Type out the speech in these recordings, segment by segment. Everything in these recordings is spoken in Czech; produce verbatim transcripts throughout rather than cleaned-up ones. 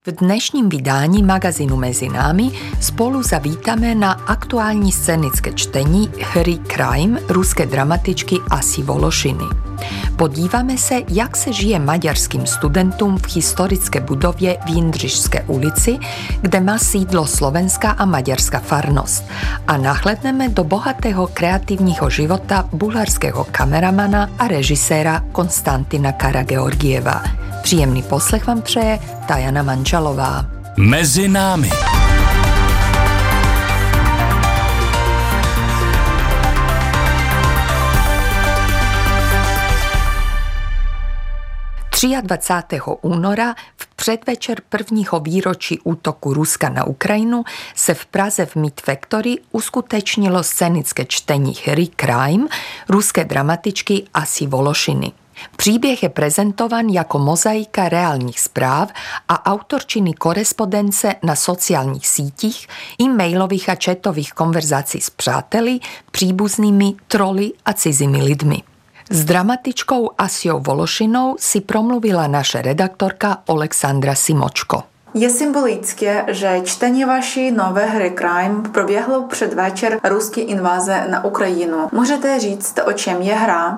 V dnešním vydání magazínu Mezi námi spolu zavítáme na aktuální scénické čtení hry Crime ruské dramatičky Asi Vološiny. Podíváme se, jak se žije maďarským studentům v historické budově v Jindřišské ulici, kde má sídlo slovenská a maďarská farnost. A nahlédneme do bohatého kreativního života bulharského kameramana a režiséra Konstantina Karageorgieva. Příjemný poslech vám přeje Tajana Mančalová. Mezi námi. dvacátého třetího února v předvečer prvního výročí útoku Ruska na Ukrajinu se v Praze v Meet Factory uskutečnilo scénické čtení hry Crime ruské dramatičky Asi Vološiny. Příběh je prezentovan jako mozaika reálních zpráv a autorčiny korespondence na sociálních sítích, e-mailových a chatových konverzací s přáteli, příbuznými, troly a cizími lidmi. S dramatičkou Asiou Vološinou si promluvila naše redaktorka Alexandra Simočko. Je symbolické, že čtení vaší nové hry Crime proběhlo předvečer ruské invaze na Ukrajinu. Můžete říct, o čem je hra?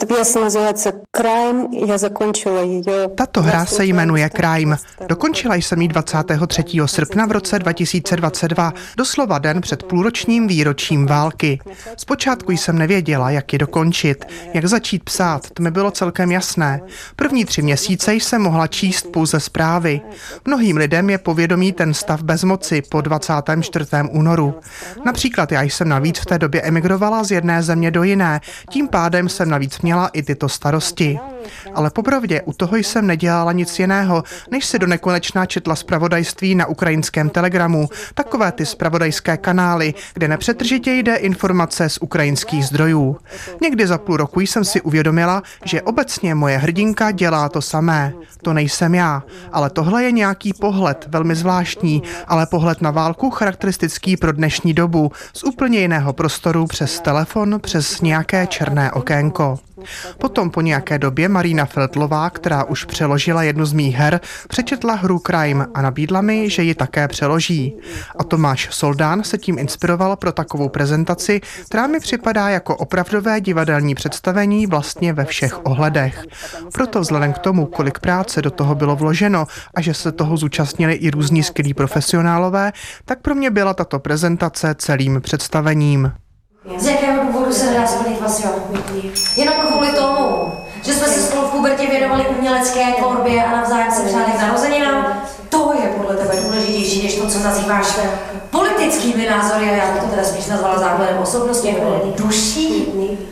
Tato hra se jmenuje Crime. Dokončila jsem ji dvacátého třetího srpna v roce dva tisíce dvacet dva, doslova den před půlročním výročím války. Zpočátku jsem nevěděla, jak ji dokončit, jak začít psát, to mi bylo celkem jasné. První tři měsíce jsem mohla číst pouze zprávy. Mnohým lidem je povědomí ten stav bezmoci po dvacátém čtvrtém únoru. Například já jsem navíc v té době emigrovala z jedné země do jiné, tím pádem jsem navíc měla i tyto starosti. Ale popravdě u toho jsem nedělala nic jiného, než si do nekonečna četla zpravodajství na ukrajinském Telegramu, takové ty zpravodajské kanály, kde nepřetržitě jde informace z ukrajinských zdrojů. Někdy za půl roku jsem si uvědomila, že obecně moje hrdinka dělá to samé. To nejsem já, ale tohle je nějaký pohled, velmi zvláštní, ale pohled na válku charakteristický pro dnešní dobu, z úplně jiného prostoru přes telefon, přes nějaké černé okénko. Potom po nějaké době Marina Feldlová, která už přeložila jednu z mých her, přečetla hru Crime a nabídla mi, že ji také přeloží. A Tomáš Soldán se tím inspiroval pro takovou prezentaci, která mi připadá jako opravdové divadelní představení vlastně ve všech ohledech. Proto vzhledem k tomu, kolik práce do toho bylo vloženo a že se toho zúčastnili i různí skvělí profesionálové, tak pro mě byla tato prezentace celým představením. Z jakého důvodu se nedá splnit Vasio? Jenom kvůli tomu, že jsme se spolu v pubertě věnovali umělecké tvorbě a navzájem se přáli k narozeninám? To je podle tebe důležitější, než to, co nazýváš politickými názory, a já bych to teda spíš nazvala základem osobnosti, duší.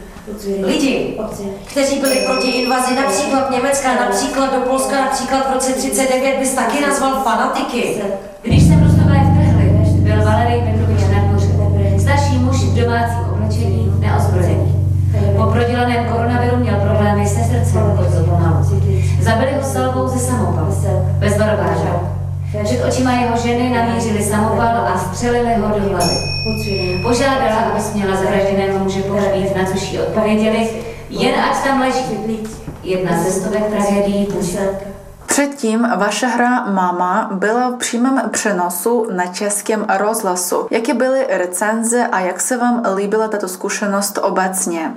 Lidi, kteří byli proti invazi například Německa, například do Polska, například v roce třicet devět, bys taky nazval fanatiky. Když jsem Rusové vtrhli, byl Valerij Petrovič na dvoře. Starší muž v domácím oblečení, neozbrojený. Po prodělaném koronaviru měl problémy se srdcem, chodil pomalu. Zabili ho salvou ze samopalu, bez varování. Před očima jeho ženy namířili samopal a vstřelili ho do hlavy. Požádala, aby směla zavražděného muže pohřbít, na což jí odpověděli, jen ať tam leží. Jedna ze stovek tragédií muže. Předtím vaše hra Mama byla v přímém přenosu na Českém rozhlasu. Jaké byly recenze a jak se vám líbila tato zkušenost obecně?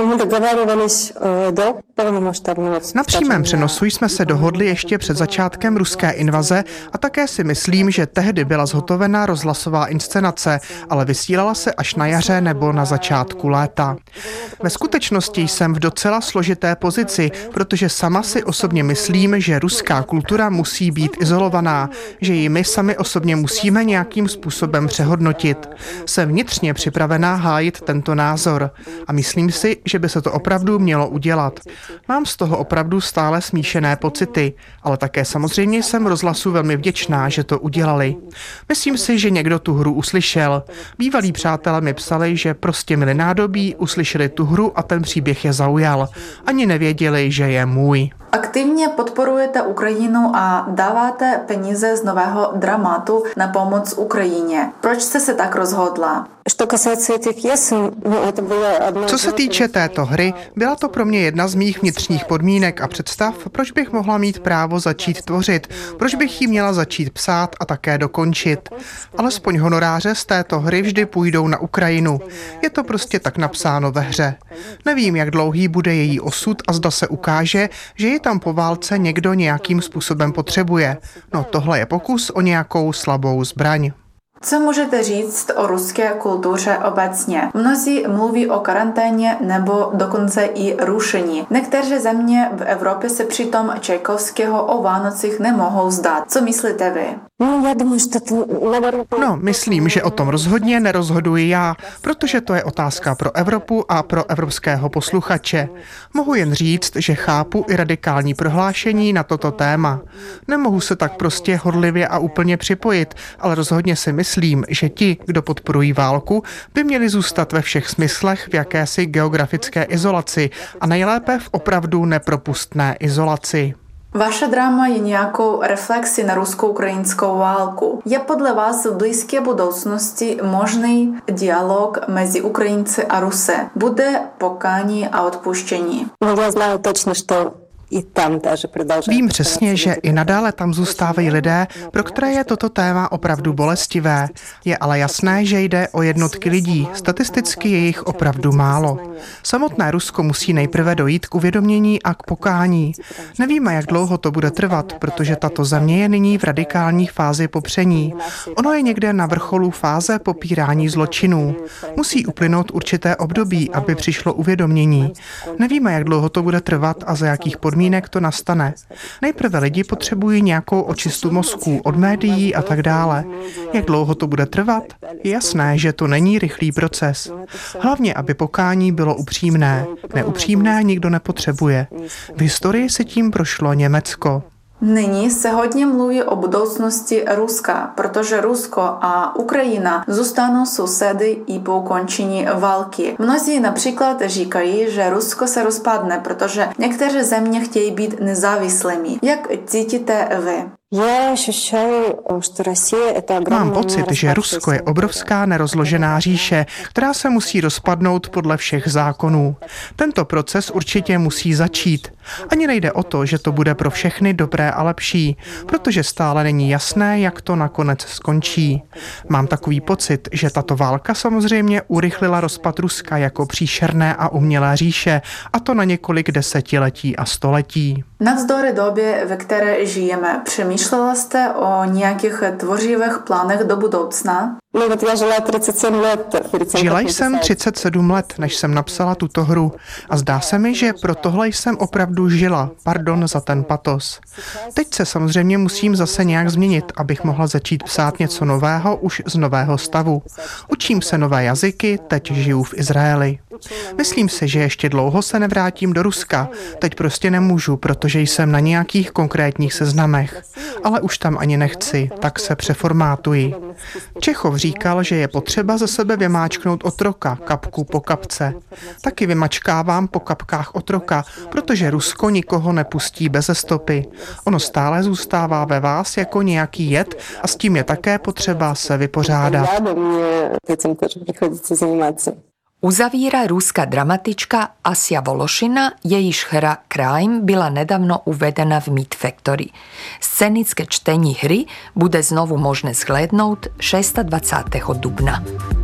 Na přímém přenosu jsme se dohodli ještě před začátkem ruské invaze a také si myslím, že tehdy byla zhotovena rozhlasová inscenace, ale vysílala se až na jaře nebo na začátku léta. Ve skutečnosti jsem v docela složité pozici, protože sama si osobně myslím, že ruská kultura musí být izolovaná, že ji my sami osobně musíme nějakým způsobem přehodnotit. Jsem vnitřně připravená hájit tento názor a myslím si, že by se to opravdu mělo udělat. Mám z toho opravdu stále smíšené pocity, ale také samozřejmě jsem rozhlasu velmi vděčná, že to udělali. Myslím si, že někdo tu hru uslyšel. Bývalí přátelé mi psali, že prostě měli nádobí, uslyšeli tu hru a ten příběh je zaujal. Ani nevěděli, že je můj. Aktivně podporujete Ukrajinu a dáváte peníze z nového dramatu na pomoc Ukrajině. Proč jste se tak rozhodla? Co se týče této hry, byla to pro mě jedna z mých vnitřních podmínek a představ, proč bych mohla mít právo začít tvořit, proč bych ji měla začít psát a také dokončit. Alespoň honoráře z této hry vždy půjdou na Ukrajinu. Je to prostě tak napsáno ve hře. Nevím, jak dlouhý bude její osud a zda se ukáže, že ji tam po válce někdo nějakým způsobem potřebuje. No tohle je pokus o nějakou slabou zbraň. Co můžete říct o ruské kultuře obecně? Mnozí mluví o karanténě nebo dokonce i rušení. Některé země v Evropě se přitom Čajkovského o Vánocích nemohou zdát. Co myslíte vy? No, myslím, že o tom rozhodně nerozhoduji já, protože to je otázka pro Evropu a pro evropského posluchače. Mohu jen říct, že chápu i radikální prohlášení na toto téma. Nemohu se tak prostě horlivě a úplně připojit, ale rozhodně si myslím, že ti, kdo podporují válku, by měli zůstat ve všech smyslech v jakési geografické izolaci a nejlépe v opravdu nepropustné izolaci. Vaše drama je nějakou reflexí na rusko-ukrajinskou válku. Je podle vás v blízké budoucnosti možný dialog mezi Ukrajinci a Rusy? Bude pokání a odpuštění? Já znám точно, что Vím přesně, že i nadále tam zůstávají lidé, pro které je toto téma opravdu bolestivé. Je ale jasné, že jde o jednotky lidí. Statisticky je jich opravdu málo. Samotné Rusko musí nejprve dojít k uvědomění a k pokání. Nevíme, jak dlouho to bude trvat, protože tato země je nyní v radikální fázi popření. Ono je někde na vrcholu fáze popírání zločinů. Musí uplynout určité období, aby přišlo uvědomění. Nevíme, jak dlouho to bude trvat a za jakých podmínek podmínek to nastane. Nejprve lidi potřebují nějakou očistu mozků od médií a tak dále. Jak dlouho to bude trvat? Je jasné, že to není rychlý proces. Hlavně, aby pokání bylo upřímné. Neupřímné nikdo nepotřebuje. V historii se tím prošlo Německo. Nyní se hodně mluví o budoucnosti Ruska, protože Rusko a Ukrajina zůstanou sousedy i po ukončení války. Mnozí například říkají, že Rusko se rozpadne, protože některé země chtějí být nezávislými. Jak cítíte vy? Mám pocit, že Rusko je obrovská nerozložená říše, která se musí rozpadnout podle všech zákonů. Tento proces určitě musí začít. Ani nejde o to, že to bude pro všechny dobré a lepší, protože stále není jasné, jak to nakonec skončí. Mám takový pocit, že tato válka samozřejmě urychlila rozpad Ruska jako příšerné a umělé říše, a to na několik desetiletí a století. Navzdory době, ve které žijeme, přemýšlela jste o nějakých tvořivých plánech do budoucna? Žila jsem třicet sedm let, než jsem napsala tuto hru a zdá se mi, že pro tohle jsem opravdu žila. Pardon za ten patos. Teď se samozřejmě musím zase nějak změnit, abych mohla začít psát něco nového už z nového stavu. Učím se nové jazyky, teď žiju v Izraeli. Myslím si, že ještě dlouho se nevrátím do Ruska. Teď prostě nemůžu, protože jsem na nějakých konkrétních seznamech. Ale už tam ani nechci, tak se přeformátuji. Čechov říkal, že je potřeba ze sebe vymáčknout otroka, kapku po kapce. Taky vymačkávám po kapkách otroka, protože Rusko nikoho nepustí beze stopy. Ono stále zůstává ve vás jako nějaký jed a s tím je také potřeba se vypořádat. Uzavírá ruská dramatička Asia Vološina, jejíž hra Crime byla nedávno uvedena v Meat Factory. Scenické čtení hry bude znovu možné zhlédnout dvacátého šestého dubna.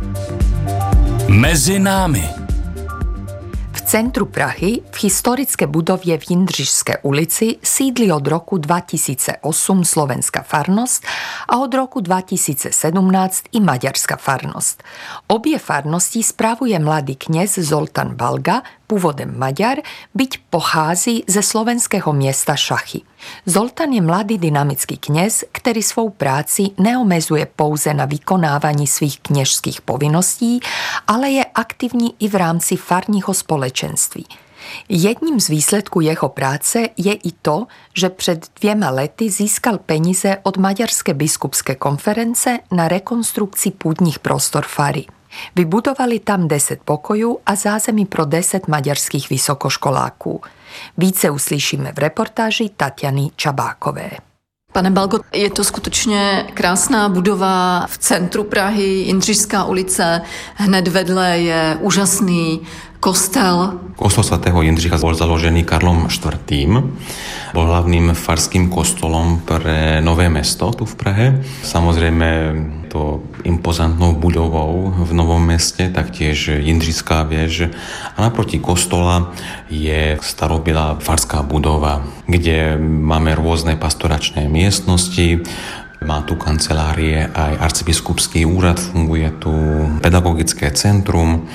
Mezi námi. V centru Prahy, v historické budově v Jindřišské ulici, sídlí od roku dva tisíce osm slovenská farnosť a od roku dva tisíce sedmnásť i maďarská farnosť. Obie farnosti spravuje mladý kněz Zoltán Balga, původem Maďar, byť pochází ze slovenského města Šachy. Zoltán je mladý dynamický kněz, který svou práci neomezuje pouze na vykonávání svých kněžských povinností, ale je aktivní i v rámci farního společenství. Jedním z výsledků jeho práce je i to, že před dvěma lety získal peníze od Maďarské biskupské konference na rekonstrukci půdních prostor fary. Vybudovali tam deset pokojů a zázemí pro deset maďarských vysokoškoláků. Více uslyšíme v reportáži Tatiany Čabákové. Pane Balgo, je to skutečně krásná budova v centru Prahy, Jindřišská ulice, hned vedle je úžasný kostel. Kostol svätého Jindřicha bol založený Karlom štvrtým. Bol hlavným farským kostolom pre Nové mesto tu v Prahe. Samozrejme to impozantnou budovou v Novom meste, taktiež Jindřická věž. A naproti kostola je starobylá farská budova, kde máme rôzne pastoračné miestnosti. Má tu kancelárie aj arcibiskupský úrad, funguje tu pedagogické centrum.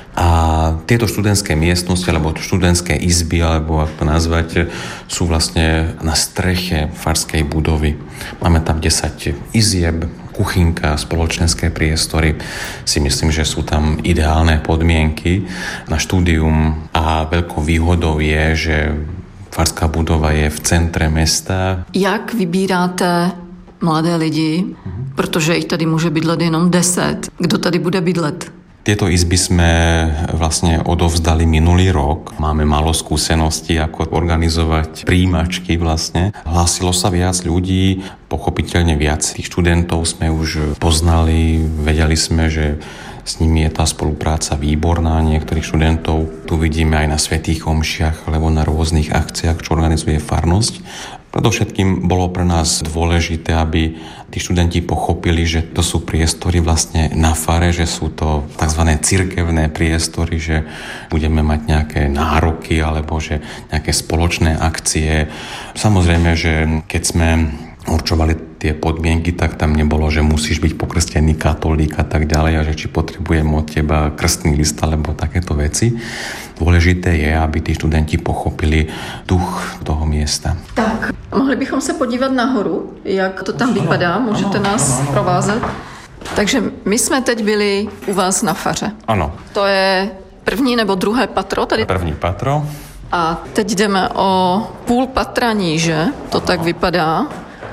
A tieto študentské miestnosti, alebo študentské izby, alebo ako to nazvať, sú vlastne na streche farskej budovy. Máme tam desať izieb, kuchynka, spoločenské priestory. Si myslím, že sú tam ideálne podmienky na štúdium a veľkou výhodou je, že farská budova je v centre mesta. Jak vybíráte mladé lidi, protože ich tady může bydlet jenom deset. Kdo tady bude bydlet? Tieto izby sme vlastne odovzdali minulý rok. Máme málo skúseností, ako organizovať príjimačky vlastne. Hlásilo sa viac ľudí, pochopiteľne viac tých študentov sme už poznali, vedeli sme, že s nimi je tá spolupráca výborná. Niektorých študentov tu vidíme aj na svätých omšiach alebo na rôznych akciách, čo organizuje farnosť. Predovšetkým bolo pre nás dôležité, aby tí študenti pochopili, že to sú priestory vlastne na fare, že sú to tzv. Cirkevné priestory, že budeme mať nejaké nároky alebo že nejaké spoločné akcie. Samozrejme, že keď sme určovali tie podmienky, tak tam nebolo, že musíš byť pokrstený katolík a tak ďalej a že či potrebujem od teba krstný list alebo takéto veci. Dôležité je, aby tí študenti pochopili duch toho miesta. Tak, mohli bychom se podívat nahoru, jak to tam vypadá, můžete nás provázet. Takže my jsme teď byli u vás na faře. Ano. To je první nebo druhé patro tady? První patro. A teď jdeme o půl patra níže, to tak vypadá.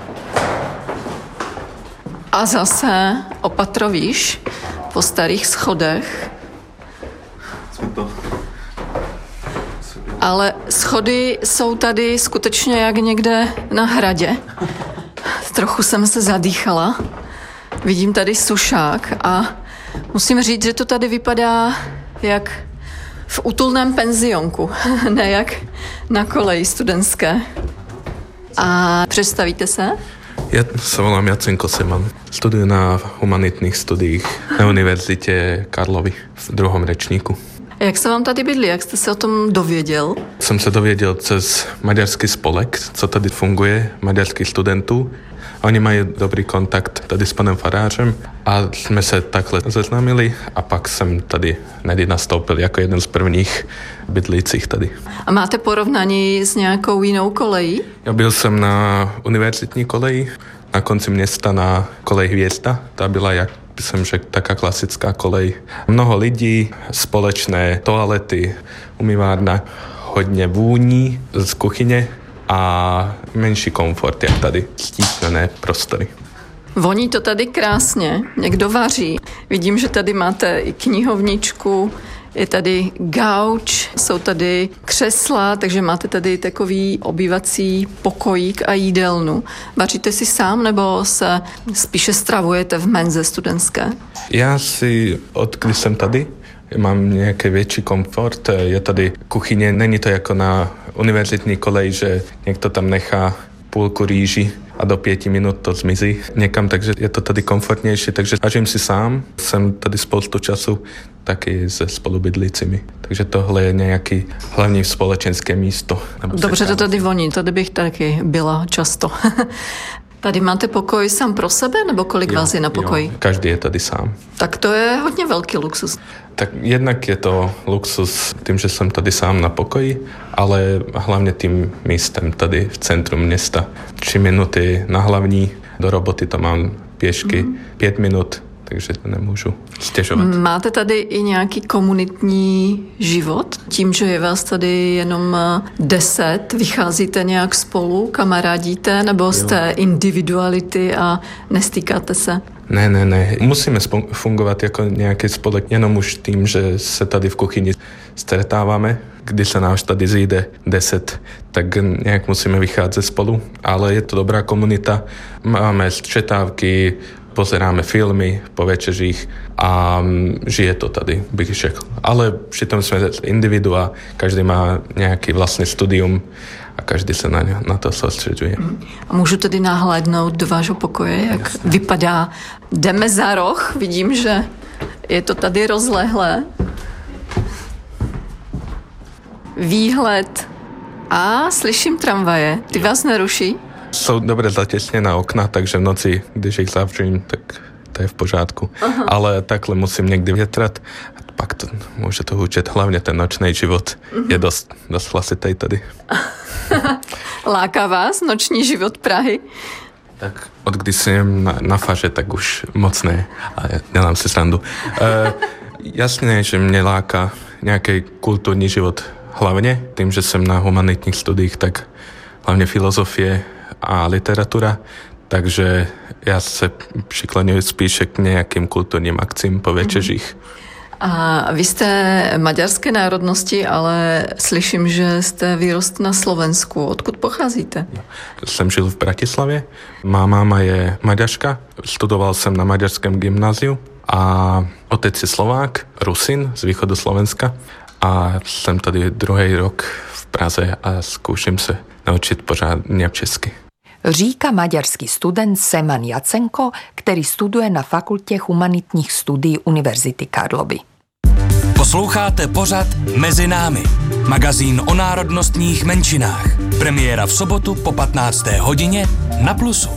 A zase o patro výš, po starých schodech. Ale schody jsou tady skutečně jak někde na hradě. Trochu jsem se zadýchala. Vidím tady sušák a musím říct, že to tady vypadá jak v útulném penzionku, ne jak na koleji studentské. A představíte se? Ja sa volám Jacenko Seman. Studujem na humanitných studiích na Univerzitě Karlovy v druhom ročníku. Jak se vám tady bydlí? Jak jste se o tom dověděl? Jsem se dověděl cez maďarský spolek, co tady funguje, maďarských studentů. Oni mají dobrý kontakt tady s panem farářem a jsme se takhle seznámili a pak jsem tady hned nastoupil jako jeden z prvních bydlících tady. A máte porovnání s nějakou jinou kolejí? Já byl jsem na univerzitní koleji, na konci města na kolej Hvězda. Ta byla, jak jsem řekl, taká klasická kolej. Mnoho lidí, společné toalety, umývárna, hodně vůní z kuchyně a menší komfort, jak tady stísněné prostory. Voní to tady krásně, někdo vaří. Vidím, že tady máte i knihovničku, je tady gauč, jsou tady křesla, takže máte tady takový obývací pokojík a jídelnu. Vaříte si sám nebo se spíše stravujete v menze studentské? Já si, odkdy jsem tady, mám nějaký větší komfort. Je tady kuchyně, není to jako na univerzitní koleji, že někdo tam nechá půlku rýži a do pěti minut to zmizí někam, takže je to tady komfortnější, takže vařím si sám. Jsem tady spoustu času taky se spolubydlícími, takže tohle je nějaký hlavní společenské místo. Dobře to tady voní, tady bych taky byla často. Tady máte pokoj sám pro sebe, nebo kolik jo, vás je na pokoji? Jo, každý je tady sám. Tak to je hodně velký luxus. Tak jednak je to luxus tím, že jsem tady sám na pokoji, ale hlavně tím místem tady v centru města. Tři minuty na hlavní, do roboty to mám pěšky, mm. pět minut, takže to nemůžu stěžovat. Máte tady i nějaký komunitní život? Tím, že je vás tady jenom deset, vycházíte nějak spolu, kamarádíte, nebo jste jo. individuality a nestýkáte se? Ne, ne, ne. Musíme fungovat jako nějaký spolek jenom už tím, že se tady v kuchyni stretáváme. Když se nás tady zjde deset, tak nějak musíme vycházet spolu. Ale je to dobrá komunita. Máme střetávky, pozeráme filmy po večeřích a žije to tady, bych řekl. Ale přitom jsme individua, každý má nějaký vlastní studium a každý se na, na to soustředuje. A můžu tedy nahlédnout do vášho pokoje, jak Jasne. vypadá. Jdeme za roh, vidím, že je to tady rozlehlé. Výhled a slyším tramvaje. Ty vás neruší? Jsou dobře zatěsněná okna, takže v noci, když jich zavřím, tak to je v pořádku. Aha. Ale takhle musím někdy větrat. A pak to může to učit. Hlavně ten nočný život uh-huh. je dost, dost hlasitý tady. Láká vás noční život Prahy? Tak od když jsem na, na faře, tak už moc ne. A dělám si srandu. E, jasně, že mě láká nějaký kulturní život. Hlavně tím, že jsem na humanitních studiích, tak hlavně filozofie a literatura, takže já se přikláním spíše k nějakým kulturním akcím po večeřích. A vy jste maďarské národnosti, ale slyším, že jste vyrostl na Slovensku. Odkud pocházíte? Jsem žil v Bratislavě, má máma je Maďařka, studoval jsem na maďarském gymnáziu a otec je Slovák, Rusin z východu Slovenska a jsem tady druhý rok v Praze a zkouším se naučit pořádně česky. Říká maďarský student Seman Jacenko, který studuje na Fakultě humanitních studií Univerzity Karlovy. Posloucháte pořad Mezi námi, magazín o národnostních menšinách. Premiéra v sobotu po patnácté hodině na Plusu.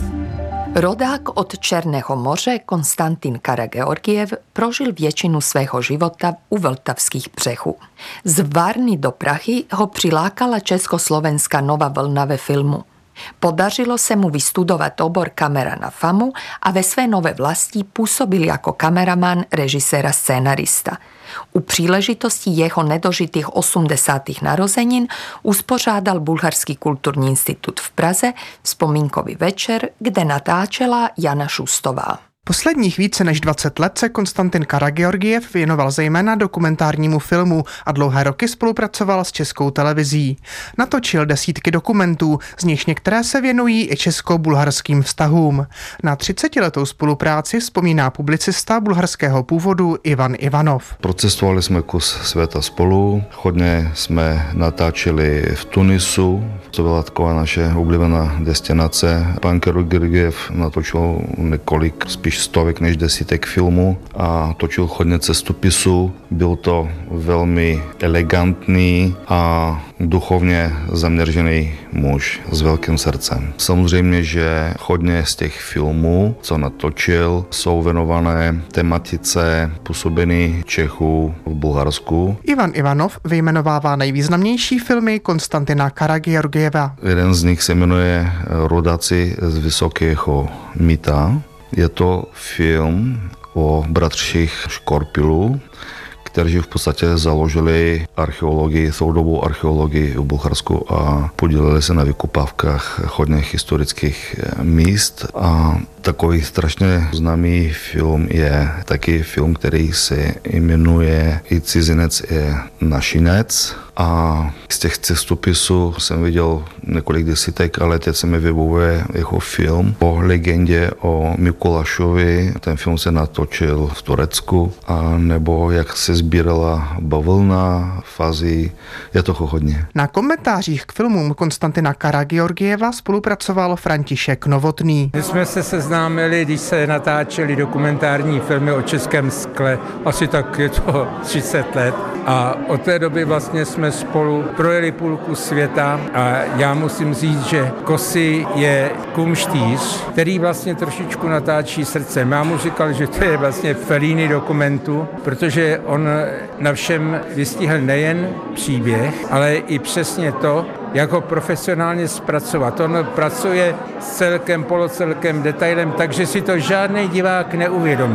Rodák od Černého moře Konstantin Karageorgiev prožil většinu svého života u Vltavských břehů. Z Varny do Prahy ho přilákala československá nová vlna ve filmu. Podařilo se mu vystudovat obor kamera na FAMu a ve své nové vlasti působil jako kameraman, režisér, scénarista. U příležitosti jeho nedožitých osmdesátých narozenin uspořádal Bulharský kulturní institut v Praze vzpomínkový večer, kde natáčela Jana Šustová. Posledních více než dvacet let se Konstantin Karageorgiev věnoval zejména dokumentárnímu filmu a dlouhé roky spolupracoval s Českou televizí. Natočil desítky dokumentů, z nichž některé se věnují i česko-bulharským vztahům. Na třicetiletou spolupráci vzpomíná publicista bulharského původu Ivan Ivanov. Procestovali jsme kus světa spolu, hodně jsme natáčeli v Tunisu, to byla taková naše oblíbená destinace. Pan Karageorgiev natočil několik spíš stovek než desítek filmů a točil hodně cestopisů. Byl to velmi elegantní a duchovně zaměřený muž s velkým srdcem. Samozřejmě, že hodně z těch filmů, co natočil, jsou věnované tematice působení Čechů v Bulharsku. Ivan Ivanov vyjmenovává nejvýznamnější filmy Konstantina Karageorgieva. Jeden z nich se jmenuje Rodáci z Vysokého Mýta. Je to film o bratřích Škorpilů, kteří v podstatě založili archeologii, soudobou archeologii v Bulharsku a podíleli se na vykopávkách hodně historických míst. A takový strašně známý film je taky film, který se jmenuje I cizinec je našinec. A z těch cestopisů jsem viděl několik desítek, ale teď se mi vybavuje jeho film o legendě o Mikulášovi. Ten film se natočil v Turecku, a nebo jak se sbírala bavlna v Asii. Je toho hodně. Na komentářích k filmům Konstantina Karageorgieva spolupracoval František Novotný. My jsme se seznámili, když se natáčely dokumentární filmy o českém skle. Asi tak je to třicet let. A od té doby vlastně jsme spolu projeli půlku světa a já musím říct, že Kosy je kumštíř, který vlastně trošičku natáčí srdcem. Já mu říkal, že to je vlastně Fellini dokumentu, protože on na všem vystihl nejen příběh, ale i přesně to, jak ho profesionálně zpracovat. On pracuje s celkem, polocelkem, detailem, takže si to žádný divák neuvědomí.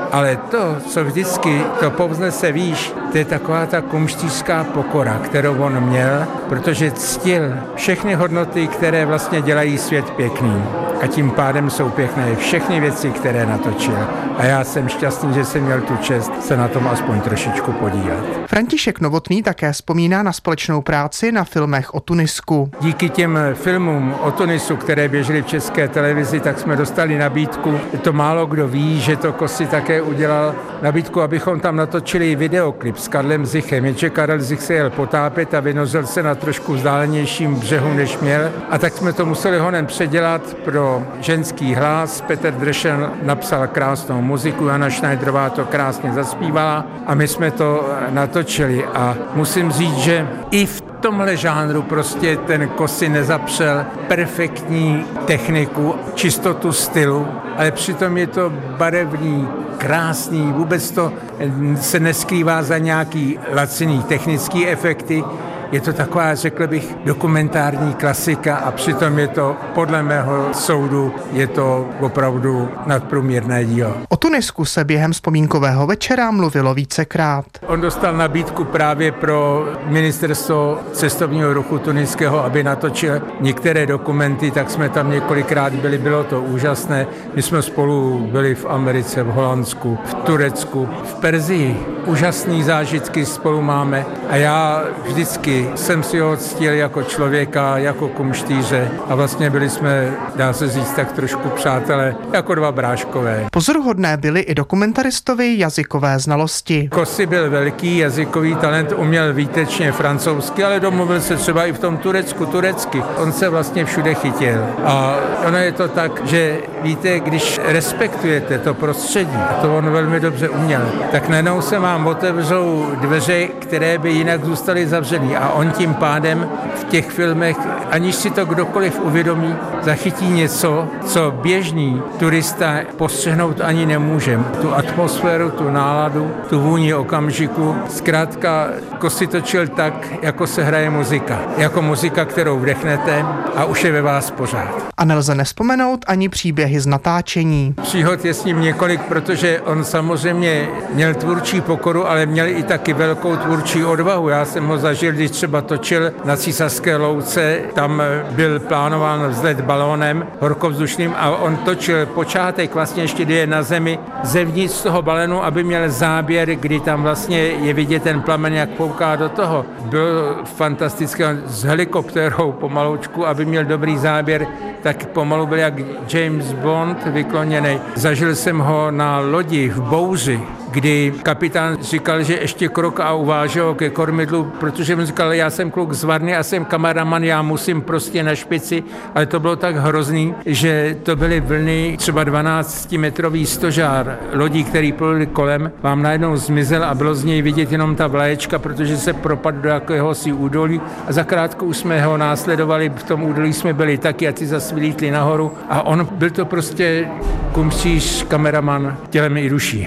Ale to, co vždycky to povznese výš, to je taková ta kumštířská pokora, kterou on měl, protože ctil všechny hodnoty, které vlastně dělají svět pěkný. A tím pádem jsou pěkné všechny věci, které natočil. A já jsem šťastný, že jsem měl tu čest se na tom aspoň trošičku podílet. František Novotný také vzpomíná na společnou práci na filmech o Tunisku. Díky těm filmům o Tunisu, které běžely v České televizi, tak jsme dostali nabídku. To málo kdo ví, že to Kossi také udělal nabídku, abychom tam natočili videoklip s Karlem Zichem. Jenže Karel Zich se jel potápět a vynořil se na trošku vzdálenějším břehu, než měl. A tak jsme to museli honem předělat pro ženský hlas. Petr Drešen napsal krásnou muziku, Jana Schneiderová to krásně zaspívala a my jsme to natočili. A musím říct, že i v tomhle žánru prostě ten Kossi nezapřel perfektní techniku, čistotu stylu, ale přitom je to barevný, krásný, vůbec to se neskrývá za nějaký laciný technický efekty. Je to taková, řekl bych, dokumentární klasika a přitom je to, podle mého soudu, je to opravdu nadprůměrné dílo. O Tunisku se během vzpomínkového večera mluvilo vícekrát. On dostal nabídku právě pro ministerstvo cestovního ruchu tuniského, aby natočil některé dokumenty, tak jsme tam několikrát byli, bylo to úžasné. My jsme spolu byli v Americe, v Holandsku, v Turecku, v Perzii. Úžasný zážitky spolu máme a já vždycky jsem si ho ctil jako člověka, jako kumštýře a vlastně byli jsme, dá se říct, tak trošku přátelé, jako dva bráškové. Pozoruhodné byly i dokumentaristovi jazykové znalosti. Kossi byl velký jazykový talent, uměl výtečně francouzsky, ale domluvil se třeba i v tom Turecku turecky. On se vlastně všude chytil. A ono je to tak, že víte, když respektujete to prostředí, a to on velmi dobře uměl, tak najednou se vám otevřou dveře, které by jinak zůstaly zavřený. A on tím pádem v těch filmech, aniž si to kdokoliv uvědomí, zachytí něco, co běžný turista postřehnout ani nemůže. Tu atmosféru, tu náladu, tu vůni okamžiku. Zkrátka Kossi točil tak, jako se hraje muzika. Jako muzika, kterou vdechnete a už je ve vás pořád. A nelze nevzpomenout ani příběhy z natáčení. Příhod je s ním několik, protože on samozřejmě měl tvůrčí pokoru, ale měl i taky velkou tvůrčí odvahu. Já jsem ho zažil, když třeba točil na Císařské louce, tam byl plánován vzlet balónem horkovzdušným a on točil počátek vlastně ještě, kdy je na zemi, zevnitř toho balónu, aby měl záběr, kdy tam vlastně je vidět ten plamen, jak pouká do toho. Byl fantastické s helikoptérou pomaloučku, aby měl dobrý záběr, tak pomalu byl jak James Bond vykloněný. Zažil jsem ho na lodi v bouři, kdy kapitán říkal, že ještě krok a uvážel ho ke kormidlu, protože mu říkal, já jsem kluk z Varny a jsem kameraman, já musím prostě na špici, ale to bylo tak hrozný, že to byly vlny, třeba dvanáctimetrový stožár lodí, který pluli kolem, vám najednou zmizel a bylo z něj vidět jenom ta vlaječka, protože se propadl do jakéhosi údolí a za krátko už jsme ho následovali, v tom údolí jsme byli taky a ty zase vylítli nahoru a on byl to prostě kumštíř, kameraman tělem i duší.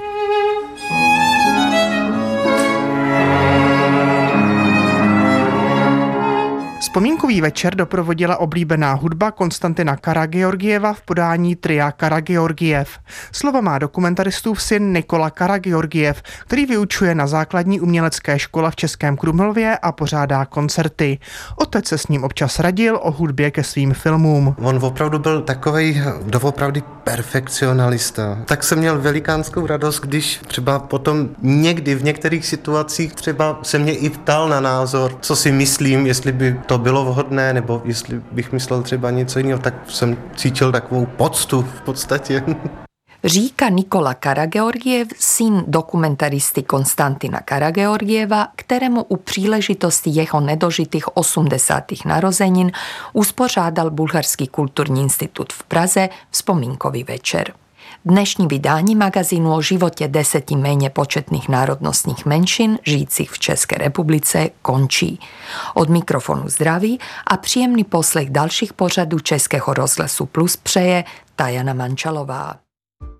Vzpomínkový večer doprovodila oblíbená hudba Konstantina Karageorgieva v podání tria Karageorgiev. Slova má dokumentaristův syn Nikola Karageorgiev, který vyučuje na základní umělecké škole v Českém Krumlově a pořádá koncerty. Otec se s ním občas radil o hudbě ke svým filmům. On opravdu byl takovej doopravdy perfekcionalista. Tak jsem měl velikánskou radost, když třeba potom někdy v některých situacích třeba se mě i ptal na názor, co si myslím, jestli by to bylo vhodné, nebo jestli bych myslel třeba něco jiného, tak jsem cítil takovou poctu v podstatě. Říká Nikola Karageorgiev, syn dokumentaristy Konstantina Karageorgieva, kterému u příležitosti jeho nedožitých osmdesátých narozenin uspořádal Bulharský kulturní institut v Praze vzpomínkový večer. Dnešní vydání magazínu o životě deseti méně početných národnostních menšin žijících v České republice končí. Od mikrofonu zdraví a příjemný poslech dalších pořadů Českého rozhlasu Plus přeje Tajana Mančalová.